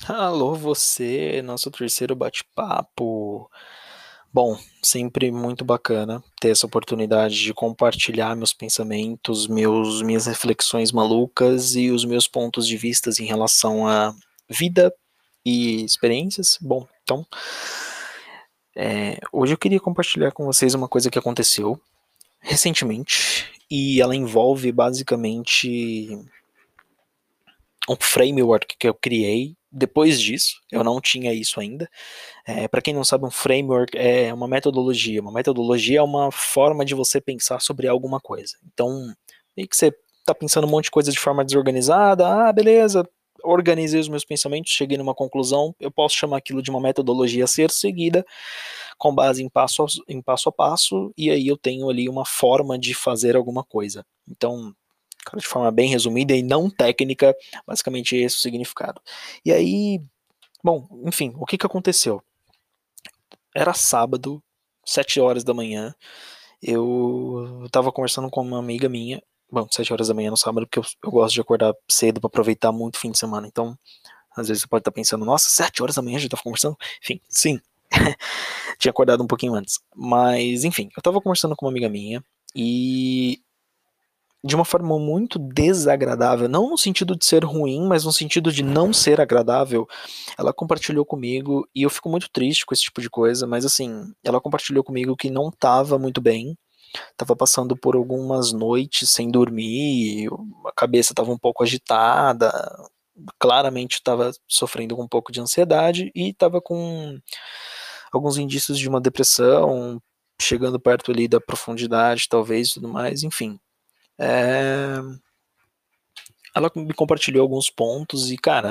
Alô, você, nosso terceiro bate-papo. Bom, sempre muito bacana ter essa oportunidade de compartilhar meus pensamentos, minhas reflexões malucas e os meus pontos de vista em relação à vida e experiências. Bom, então, hoje eu queria compartilhar com vocês uma coisa que aconteceu recentemente e ela envolve basicamente um framework que eu criei. Depois disso, eu não tinha isso ainda. Para quem não sabe, um framework é uma metodologia. Uma metodologia é uma forma de você pensar sobre alguma coisa. Então, meio que você está pensando um monte de coisa de forma desorganizada. Ah, beleza, organizei os meus pensamentos, cheguei numa conclusão. Eu posso chamar aquilo de uma metodologia a ser seguida, com base em passo a passo, e aí eu tenho ali uma forma de fazer alguma coisa. Então, de forma bem resumida e não técnica, basicamente esse é o significado. E aí, bom, enfim, o que que aconteceu? Era sábado, 7 horas da manhã. Eu tava conversando com uma amiga minha. Bom, 7 horas da manhã no sábado, porque eu gosto de acordar cedo pra aproveitar muito o fim de semana. Então, às vezes você pode estar pensando, nossa, 7 horas da manhã a gente tá conversando? Enfim, sim. Tinha acordado um pouquinho antes. Mas, enfim, eu tava conversando com uma amiga minha e de uma forma muito desagradável, não no sentido de ser ruim, mas no sentido de não ser agradável, ela compartilhou comigo, e eu fico muito triste com esse tipo de coisa, mas assim, ela compartilhou comigo que não estava muito bem, estava passando por algumas noites sem dormir, a cabeça estava um pouco agitada, claramente estava sofrendo com um pouco de ansiedade e estava com alguns indícios de uma depressão, chegando perto ali da profundidade, talvez, e tudo mais, enfim. É, ela me compartilhou alguns pontos e, cara,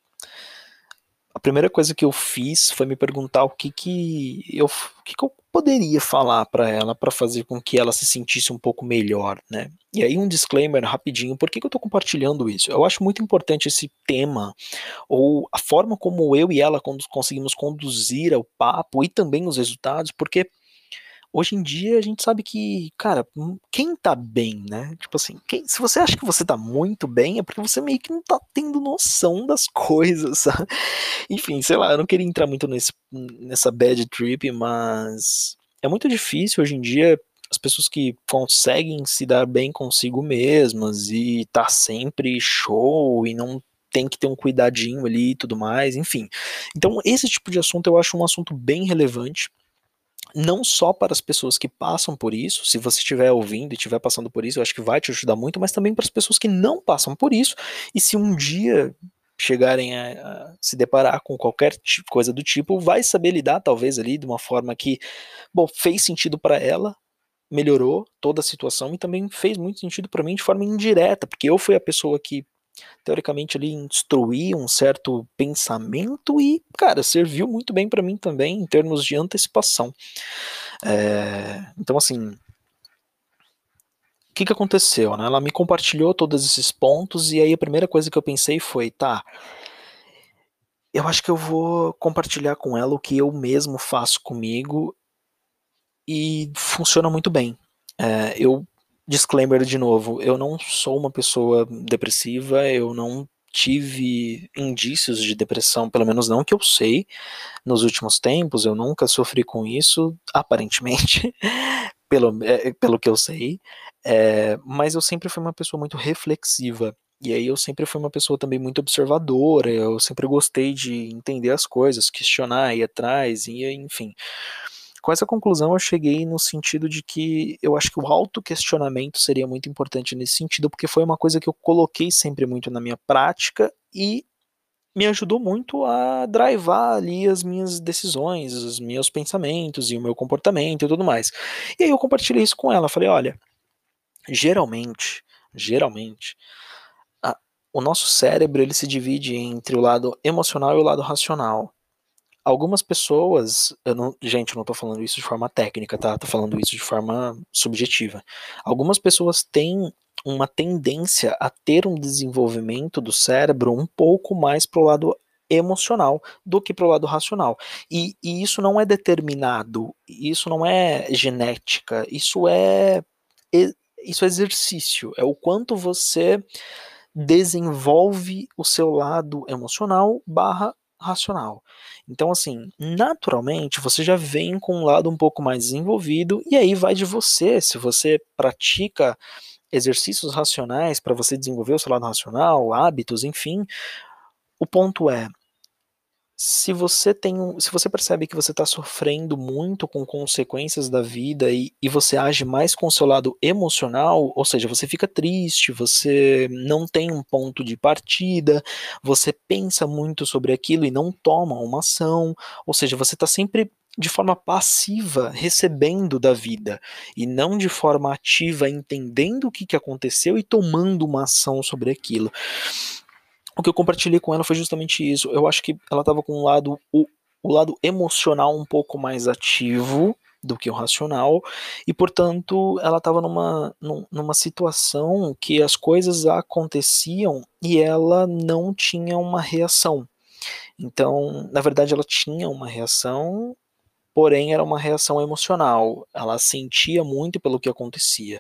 a primeira coisa que eu fiz foi me perguntar o que que eu poderia falar para ela para fazer com que ela se sentisse um pouco melhor, né? E aí um disclaimer rapidinho, por que que eu tô compartilhando isso? Eu acho muito importante esse tema ou a forma como eu e ela conseguimos conduzir o papo e também os resultados, porque hoje em dia a gente sabe que, cara, quem tá bem, né? Tipo assim, se você acha que você tá muito bem, é porque você meio que não tá tendo noção das coisas, sabe? Enfim, sei lá, eu não queria entrar muito nessa bad trip, mas é muito difícil hoje em dia as pessoas que conseguem se dar bem consigo mesmas e tá sempre show e não tem que ter um cuidadinho ali e tudo mais, enfim. Então, esse tipo de assunto eu acho um assunto bem relevante não só para as pessoas que passam por isso, se você estiver ouvindo e estiver passando por isso, eu acho que vai te ajudar muito, mas também para as pessoas que não passam por isso, e se um dia chegarem a se deparar com qualquer coisa do tipo, vai saber lidar talvez ali de uma forma que, bom, fez sentido para ela, melhorou toda a situação e também fez muito sentido para mim de forma indireta, porque eu fui a pessoa que teoricamente ali instruir um certo pensamento e, cara, serviu muito bem para mim também em termos de antecipação. Então, assim, o que que aconteceu, né? Ela me compartilhou todos esses pontos e aí a primeira coisa que eu pensei foi, tá, eu acho que eu vou compartilhar com ela o que eu mesmo faço comigo e funciona muito bem. Disclaimer de novo, eu não sou uma pessoa depressiva, eu não tive indícios de depressão, pelo menos não que eu sei, nos últimos tempos, eu nunca sofri com isso, aparentemente, pelo que eu sei, mas eu sempre fui uma pessoa muito reflexiva. E aí eu sempre fui uma pessoa também muito observadora, eu sempre gostei de entender as coisas, questionar, ir atrás, e enfim. Com essa conclusão eu cheguei no sentido de que eu acho que o autoquestionamento seria muito importante nesse sentido, porque foi uma coisa que eu coloquei sempre muito na minha prática e me ajudou muito a drivar ali as minhas decisões, os meus pensamentos e o meu comportamento e tudo mais. E aí eu compartilhei isso com ela, falei, olha, geralmente, a- o nosso cérebro ele se divide entre o lado emocional e o lado racional. Algumas pessoas, gente, eu não tô falando isso de forma técnica, tá? Tô falando isso de forma subjetiva. Algumas pessoas têm uma tendência a ter um desenvolvimento do cérebro um pouco mais pro lado emocional do que pro lado racional. E isso não é determinado, isso não é genética, isso é exercício, é o quanto você desenvolve o seu lado emocional barra racional. Então, assim, naturalmente, você já vem com um lado um pouco mais desenvolvido, e aí vai de você, se você pratica exercícios racionais para você desenvolver o seu lado racional, hábitos, enfim. O ponto é, se você percebe que você está sofrendo muito com consequências da vida e você age mais com o seu lado emocional, ou seja, você fica triste, você não tem um ponto de partida, você pensa muito sobre aquilo e não toma uma ação, ou seja, você está sempre de forma passiva recebendo da vida e não de forma ativa entendendo o que aconteceu e tomando uma ação sobre aquilo. O que eu compartilhei com ela foi justamente isso. Eu acho que ela estava com o lado emocional um pouco mais ativo do que o racional, e portanto ela estava numa situação que as coisas aconteciam e ela não tinha uma reação. Então, na verdade, ela tinha uma reação, porém era uma reação emocional. Ela sentia muito pelo que acontecia.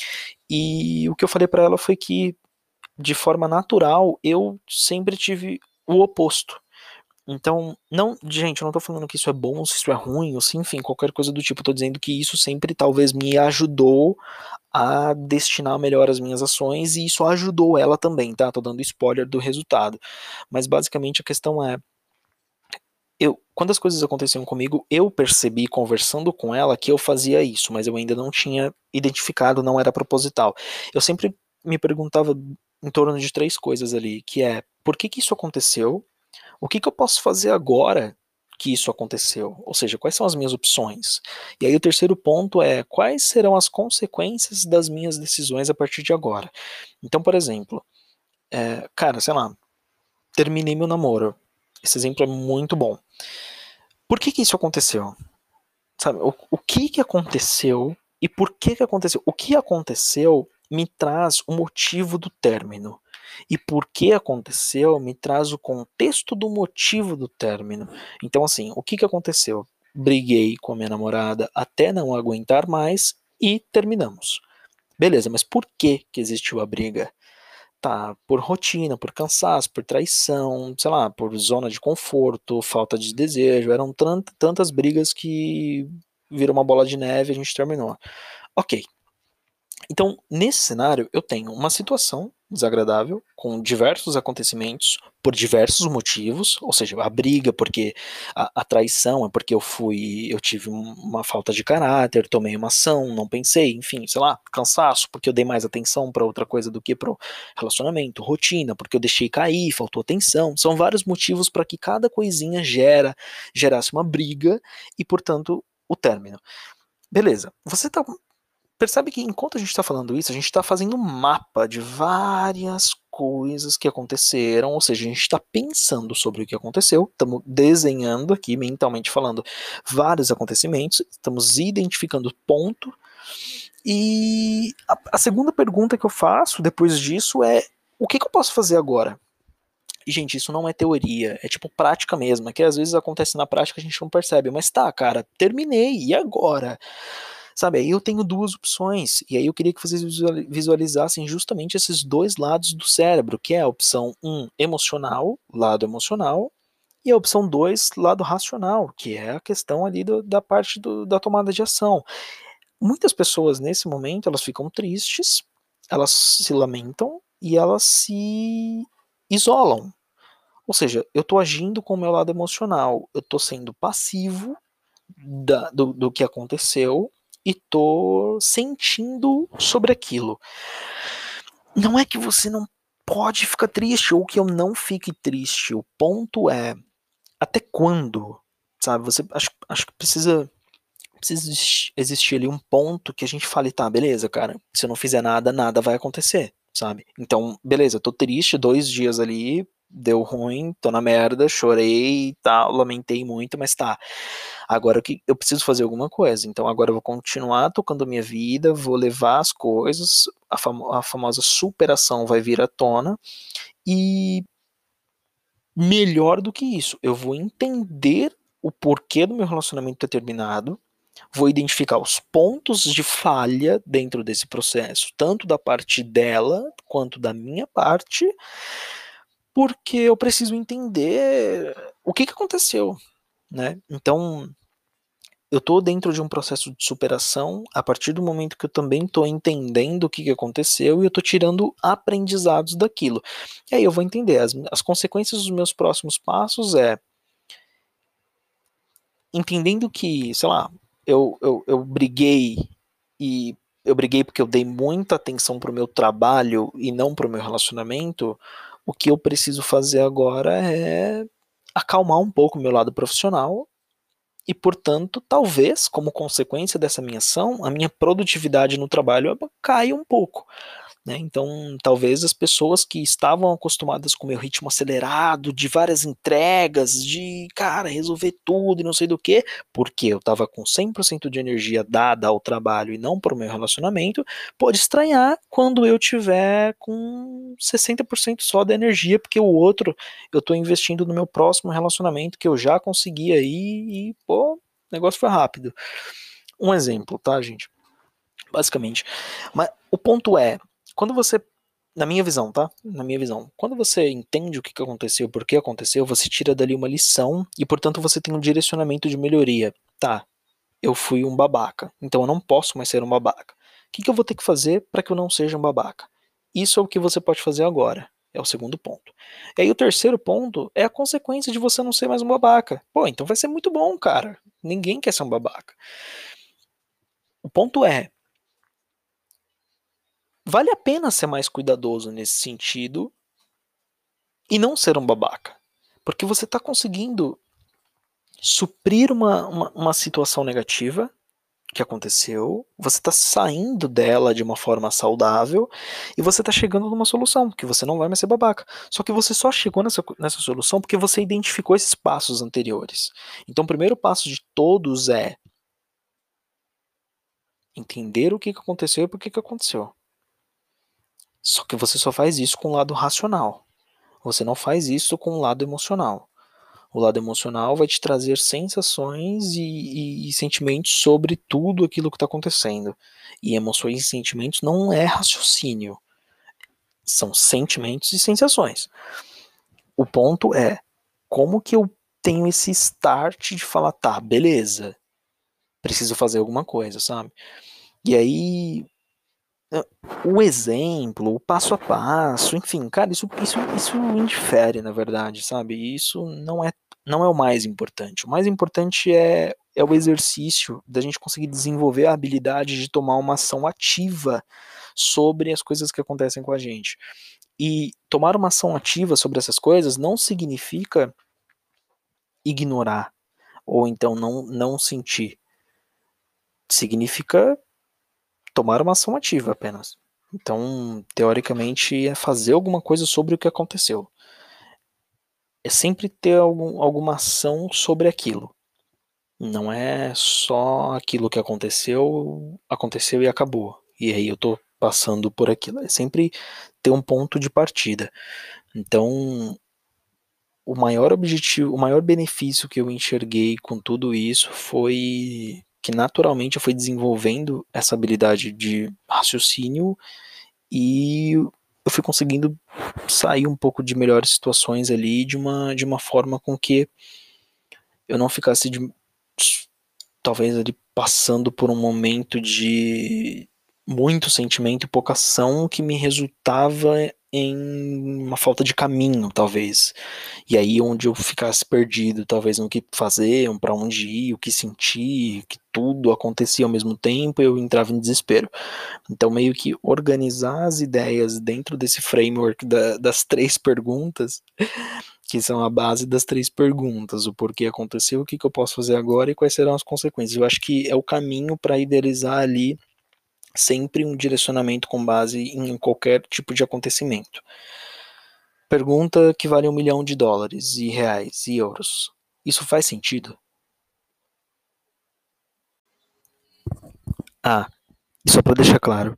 E o que eu falei para ela foi que de forma natural, eu sempre tive o oposto. Então, não, gente, eu não tô falando que isso é bom, se isso é ruim, ou se, enfim, qualquer coisa do tipo. Eu tô dizendo que isso sempre talvez me ajudou a destinar melhor as minhas ações e isso ajudou ela também, tá? Tô dando spoiler do resultado. Mas basicamente a questão é, quando as coisas aconteciam comigo, eu percebi conversando com ela que eu fazia isso, mas eu ainda não tinha identificado, não era proposital. Eu sempre me perguntava em torno de três coisas ali, que é, por que isso aconteceu? O que eu posso fazer agora que isso aconteceu? Ou seja, quais são as minhas opções? E aí o terceiro ponto é, quais serão as consequências das minhas decisões a partir de agora? Então, por exemplo, cara, sei lá, terminei meu namoro. Esse exemplo é muito bom. Por que isso aconteceu? Sabe, o que aconteceu e por que aconteceu? O que aconteceu me traz o motivo do término. E por que aconteceu me traz o contexto do motivo do término. Então, assim, o que aconteceu? Briguei com a minha namorada até não aguentar mais e terminamos. Beleza, mas por que existiu a briga? Tá, por rotina, por cansaço, por traição, sei lá, por zona de conforto, falta de desejo, eram tantas brigas que virou uma bola de neve e a gente terminou. Ok, então, nesse cenário, eu tenho uma situação desagradável, com diversos acontecimentos, por diversos motivos, ou seja, a briga, porque a traição é porque eu tive uma falta de caráter, tomei uma ação, não pensei, enfim, sei lá, cansaço, porque eu dei mais atenção para outra coisa do que para o relacionamento, rotina, porque eu deixei cair, faltou atenção, são vários motivos para que cada coisinha gerasse uma briga e, portanto, o término. Beleza, você tá. Percebe que enquanto a gente está falando isso, a gente está fazendo um mapa de várias coisas que aconteceram, ou seja, a gente está pensando sobre o que aconteceu, estamos desenhando aqui, mentalmente falando, vários acontecimentos, estamos identificando ponto, e a segunda pergunta que eu faço depois disso é, o que eu posso fazer agora? E, gente, isso não é teoria, é tipo prática mesmo, é que às vezes acontece na prática e a gente não percebe, mas tá, cara, terminei, e agora? Sabe, aí eu tenho duas opções, e aí eu queria que vocês visualizassem justamente esses dois lados do cérebro, que é a opção emocional, lado emocional, e a opção 2, lado racional, que é a questão ali da parte da tomada de ação. Muitas pessoas nesse momento, elas ficam tristes, elas se lamentam e elas se isolam. Ou seja, eu estou agindo com o meu lado emocional, eu estou sendo passivo do que aconteceu e tô sentindo sobre aquilo. Não é que você não pode ficar triste ou que eu não fique triste. O ponto é até quando, sabe? Você acho que precisa existir ali um ponto que a gente fale, tá, beleza, cara. Se eu não fizer nada, nada vai acontecer, sabe? Então, beleza, tô triste 2 dias ali, deu ruim, tô na merda, chorei e tal, lamentei muito, mas tá. Agora que eu preciso fazer alguma coisa, então agora eu vou continuar tocando a minha vida, vou levar as coisas, a famosa superação vai vir à tona, e melhor do que isso, eu vou entender o porquê do meu relacionamento ter terminado, vou identificar os pontos de falha dentro desse processo, tanto da parte dela quanto da minha parte, porque eu preciso entender o que aconteceu, né? Então, eu tô dentro de um processo de superação a partir do momento que eu também tô entendendo o que aconteceu e eu tô tirando aprendizados daquilo. E aí eu vou entender, as consequências dos meus próximos passos entendendo que, sei lá, eu briguei e eu briguei porque eu dei muita atenção pro meu trabalho e não pro meu relacionamento, o que eu preciso fazer agora é acalmar um pouco o meu lado profissional e, portanto, talvez, como consequência dessa minha ação, a minha produtividade no trabalho caia um pouco. Né? Então, talvez as pessoas que estavam acostumadas com o meu ritmo acelerado, de várias entregas, de, cara, resolver tudo e não sei do que, porque eu estava com 100% de energia dada ao trabalho e não para o meu relacionamento, pode estranhar quando eu tiver com 60% só da energia, porque o outro eu estou investindo no meu próximo relacionamento que eu já consegui aí e, pô, o negócio foi rápido. Um exemplo, tá, gente? Basicamente. Mas o ponto é, quando você, na minha visão, tá? Na minha visão, quando você entende o que aconteceu, por que aconteceu, você tira dali uma lição e, portanto, você tem um direcionamento de melhoria. Tá, eu fui um babaca, então eu não posso mais ser um babaca. O que eu vou ter que fazer para que eu não seja um babaca? Isso é o que você pode fazer agora. É o segundo ponto. E aí o terceiro ponto é a consequência de você não ser mais um babaca. Pô, então vai ser muito bom, cara. Ninguém quer ser um babaca. O ponto é, vale a pena ser mais cuidadoso nesse sentido e não ser um babaca. Porque você está conseguindo suprir uma situação negativa que aconteceu, você está saindo dela de uma forma saudável e você está chegando numa solução, que você não vai mais ser babaca. Só que você só chegou nessa solução porque você identificou esses passos anteriores. Então, o primeiro passo de todos é entender o que aconteceu e por que aconteceu. Só que você só faz isso com o lado racional. Você não faz isso com o lado emocional. O lado emocional vai te trazer sensações e sentimentos sobre tudo aquilo que está acontecendo. E emoções e sentimentos não é raciocínio, são sentimentos e sensações. O ponto é como que eu tenho esse start de falar, tá, beleza, preciso fazer alguma coisa, sabe? E aí o exemplo, o passo a passo, enfim, cara, isso indifere, na verdade, sabe? Isso não é o mais importante. O mais importante é o exercício da gente conseguir desenvolver a habilidade de tomar uma ação ativa sobre as coisas que acontecem com a gente. E tomar uma ação ativa sobre essas coisas não significa ignorar ou então não sentir. Significa tomar uma ação ativa apenas. Então, teoricamente, é fazer alguma coisa sobre o que aconteceu. É sempre ter alguma ação sobre aquilo. Não é só aquilo que aconteceu e acabou. E aí eu tô passando por aquilo. É sempre ter um ponto de partida. Então, o maior objetivo, o maior benefício que eu enxerguei com tudo isso foi que naturalmente eu fui desenvolvendo essa habilidade de raciocínio e eu fui conseguindo sair um pouco de melhores situações ali de uma forma com que eu não ficasse talvez ali passando por um momento de muito sentimento e pouca ação que me resultava em uma falta de caminho, talvez. E aí onde eu ficasse perdido, talvez no que fazer, para onde ir, o que sentir, que tudo acontecia ao mesmo tempo, eu entrava em desespero. Então, meio que organizar as ideias dentro desse framework das três perguntas, que são a base das três perguntas: o porquê aconteceu, o que eu posso fazer agora e quais serão as consequências. Eu acho que é o caminho para idealizar ali sempre um direcionamento com base em qualquer tipo de acontecimento. Pergunta que vale $1 milhão e reais e euros. Isso faz sentido? Ah, e só para deixar claro,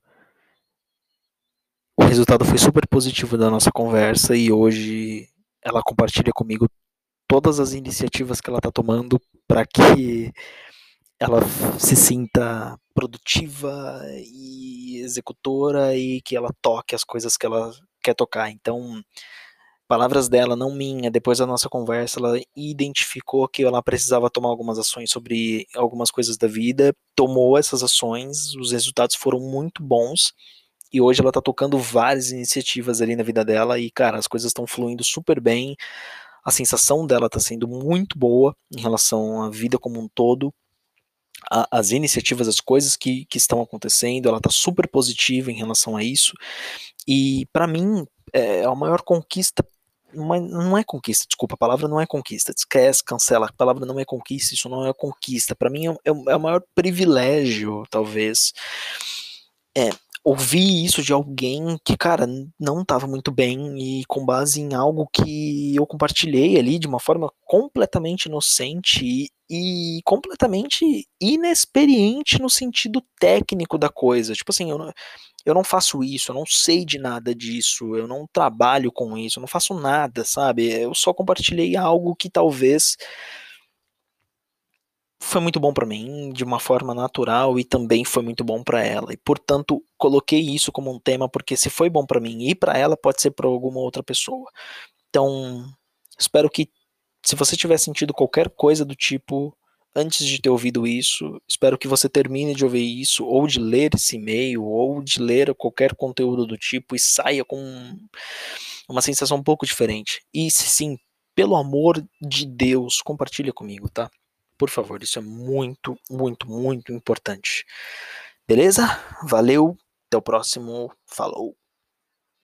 o resultado foi super positivo da nossa conversa e hoje ela compartilha comigo todas as iniciativas que ela está tomando para que ela se sinta produtiva e executora e que ela toque as coisas que ela quer tocar. Então, palavras dela, não minha, depois da nossa conversa, ela identificou que ela precisava tomar algumas ações sobre algumas coisas da vida, tomou essas ações, os resultados foram muito bons, e hoje ela tá tocando várias iniciativas ali na vida dela, e cara, as coisas estão fluindo super bem, a sensação dela tá sendo muito boa em relação à vida como um todo, as iniciativas, as coisas que estão acontecendo, ela tá super positiva em relação a isso, e para mim é a maior conquista, não é conquista, desculpa, a palavra não é conquista, esquece, cancela, a palavra não é conquista, isso não é conquista, para mim é o maior privilégio, talvez, é, ouvir isso de alguém que, cara, não estava muito bem e com base em algo que eu compartilhei ali de uma forma completamente inocente e completamente inexperiente no sentido técnico da coisa. Tipo assim, eu não faço isso, eu não sei de nada disso, eu não trabalho com isso, eu não faço nada, sabe? Eu só compartilhei algo que talvez foi muito bom pra mim, de uma forma natural, e também foi muito bom pra ela. E portanto, coloquei isso como um tema porque se foi bom pra mim e pra ela, pode ser pra alguma outra pessoa. Então, espero que se você tiver sentido qualquer coisa do tipo antes de ter ouvido isso, espero que você termine de ouvir isso ou de ler esse e-mail ou de ler qualquer conteúdo do tipo e saia com uma sensação um pouco diferente. E se sim, pelo amor de Deus, compartilha comigo, tá? Por favor, isso é muito, muito, muito importante. Beleza? Valeu, até o próximo. Falou.